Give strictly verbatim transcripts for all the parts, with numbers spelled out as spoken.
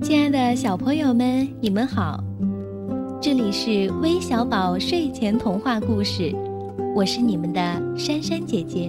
亲爱的小朋友们，你们好，这里是微小宝睡前童话故事，我是你们的珊珊姐姐。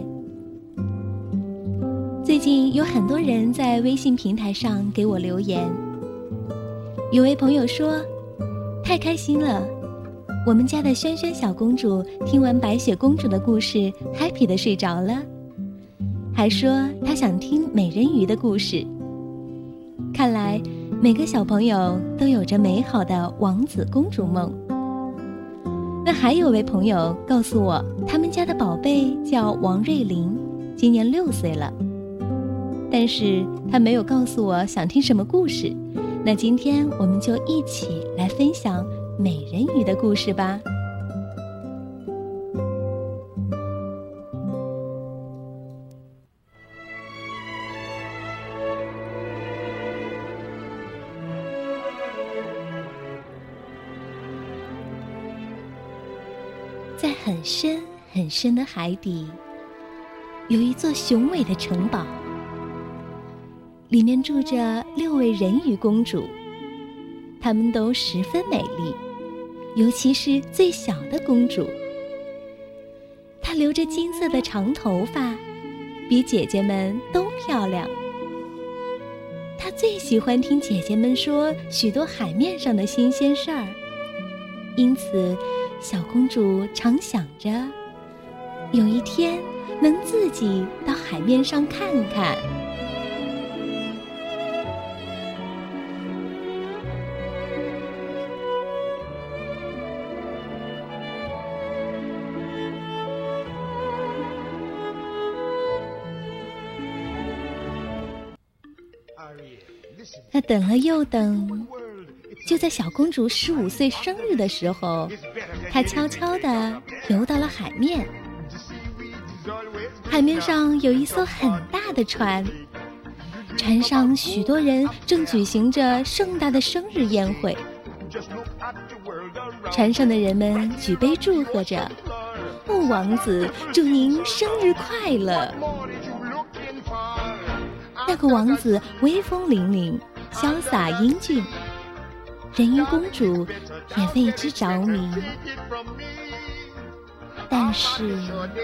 最近有很多人在微信平台上给我留言，有位朋友说太开心了，我们家的萱萱小公主听完白雪公主的故事 happy 地睡着了，还说她想听美人鱼的故事。看来每个小朋友都有着美好的王子公主梦。那还有位朋友告诉我，他们家的宝贝叫王瑞琳，今年六岁了，但是他没有告诉我想听什么故事。那今天我们就一起来分享美人鱼的故事吧。在很深很深的海底，有一座雄伟的城堡，里面住着六位人鱼公主，她们都十分美丽，尤其是最小的公主，她留着金色的长头发，比姐姐们都漂亮。她最喜欢听姐姐们说许多海面上的新鲜事儿，因此小公主常想着有一天能自己到海面上看看。她等了又等，就在小公主十五岁生日的时候，她悄悄地游到了海面。海面上有一艘很大的船，船上许多人正举行着盛大的生日宴会。船上的人们举杯祝贺着：“哦，王子，祝您生日快乐！”那个王子威风凛凛，潇洒英俊，人鱼公主也为之着迷。但是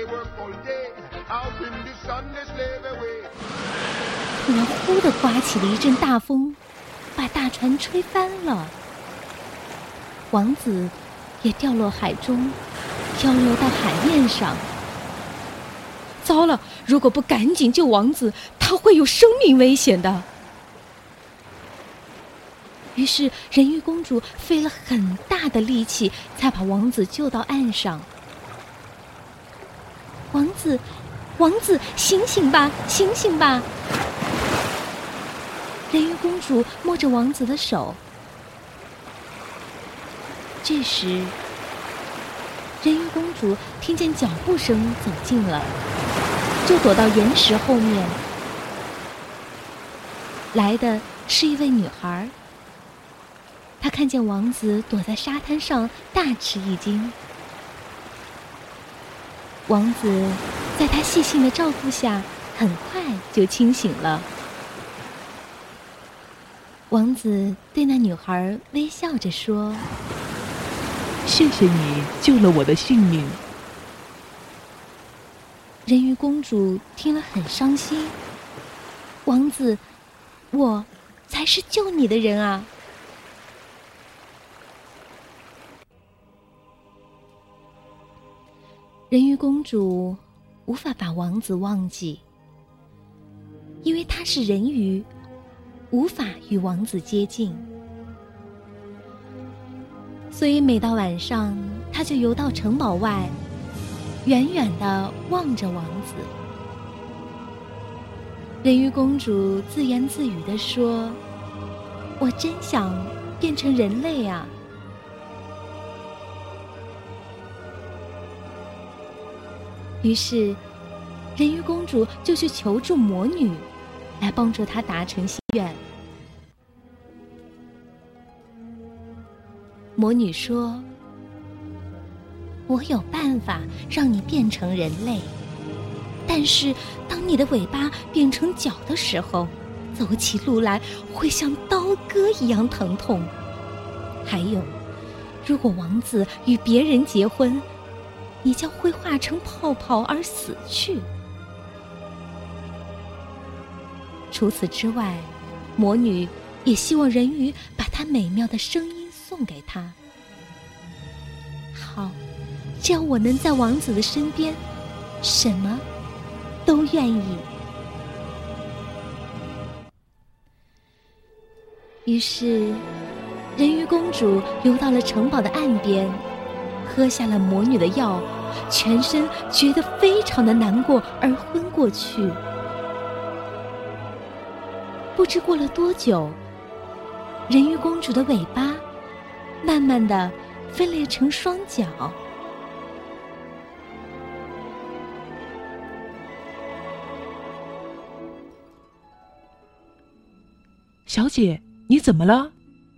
突然忽地刮起了一阵大风，把大船吹翻了，王子也掉落海中，漂流到海面上。糟了，如果不赶紧救王子，他会有生命危险的。于是人鱼公主费了很大的力气，才把王子救到岸上。王子，王子，醒醒吧，醒醒吧！人鱼公主摸着王子的手。这时，人鱼公主听见脚步声走近了，就躲到岩石后面。来的是一位女孩，她看见王子躲在沙滩上，大吃一惊。王子在她细心的照顾下，很快就清醒了。王子对那女孩微笑着说：“ 谢谢你救了我的性命。” 人鱼公主听了很伤心。王子，我才是救你的人啊！人鱼公主无法把王子忘记，因为她是人鱼，无法与王子接近，所以每到晚上，她就游到城堡外，远远地望着王子。人鱼公主自言自语地说：“我真想变成人类啊！”于是，人鱼公主就去求助魔女，来帮助她达成心愿。魔女说：“我有办法让你变成人类，但是当你的尾巴变成脚的时候， 走起路来会像刀割一样疼痛。还有，如果王子与别人结婚，你将会化成泡泡而死去。除此之外，魔女也希望人鱼把她美妙的声音送给她。好，这样我能在王子的身边，什么都愿意。于是，人鱼公主游到了城堡的岸边，喝下了魔女的药，全身觉得非常的难过而昏过去。不知过了多久，人鱼公主的尾巴慢慢地分裂成双脚。 小姐，你怎么了？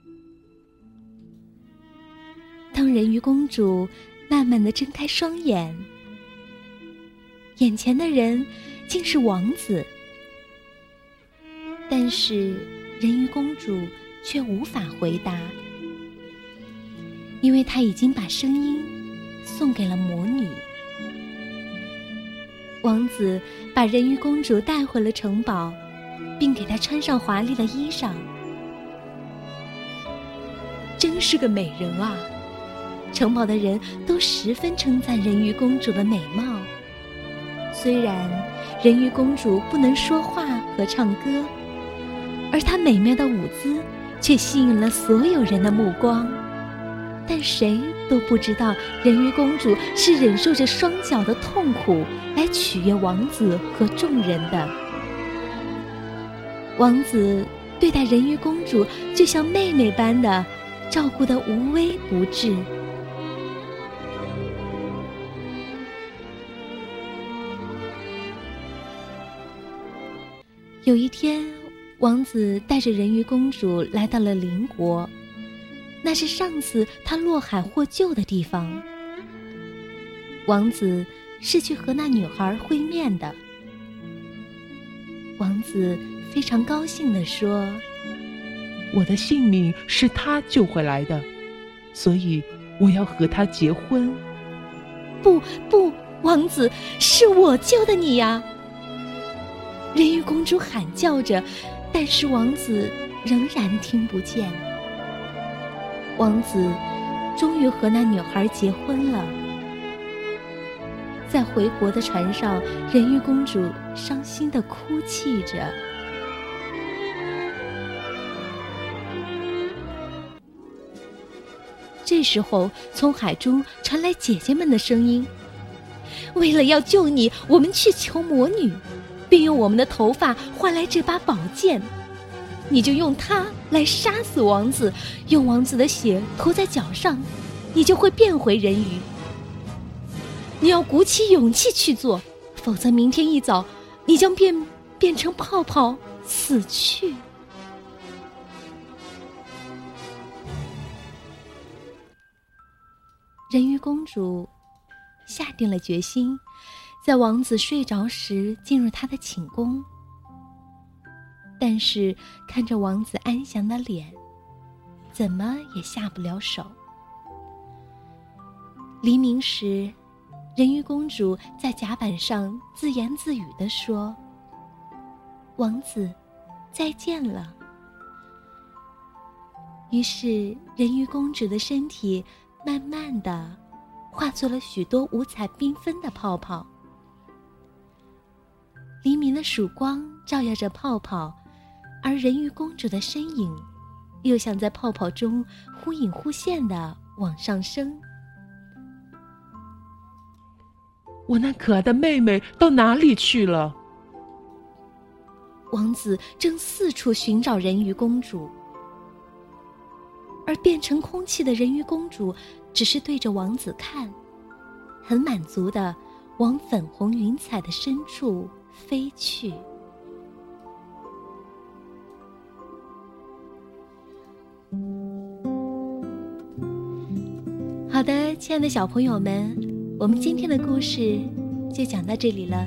当人鱼公主慢慢地睁开双眼，眼前的人竟是王子。但是人鱼公主却无法回答，因为她已经把声音送给了魔女。王子把人鱼公主带回了城堡，并给她穿上华丽的衣裳。真是个美人啊！城堡的人都十分称赞人鱼公主的美貌。虽然人鱼公主不能说话和唱歌，而她美妙的舞姿却吸引了所有人的目光，但谁都不知道人鱼公主是忍受着双脚的痛苦来取悦王子和众人的。王子对待人鱼公主就像妹妹般的照顾得无微不至。有一天，王子带着人鱼公主来到了邻国，那是上次他落海获救的地方。王子是去和那女孩会面的。王子非常高兴地说：“ 我的性命是他救回来的，所以我要和他结婚。” 不不，王子，是我救的你呀！人鱼公主喊叫着，但是王子仍然听不见。王子终于和那女孩结婚了。在回国的船上，人鱼公主伤心地哭泣着。这时候，从海中传来姐姐们的声音：“为了要救你，我们去求魔女，并用我们的头发换来这把宝剑。你就用它来杀死王子，用王子的血涂在脚上，你就会变回人鱼。你要鼓起勇气去做，否则明天一早，你将变变成泡泡死去。”人鱼公主下定了决心，在王子睡着时进入他的寝宫。但是看着王子安详的脸，怎么也下不了手。黎明时，人鱼公主在甲板上自言自语地说：“王子，再见了。”于是人鱼公主的身体慢慢地化作了许多五彩缤纷的泡泡。黎明的曙光照耀着泡泡，而人鱼公主的身影又像在泡泡中忽隐忽现地往上升。 我那可爱的妹妹到哪里去了？ 王子正四处寻找人鱼公主，而变成空气的人鱼公主只是对着王子看，很满足地往粉红云彩的深处飞去。好的，亲爱的小朋友们，我们今天的故事就讲到这里了。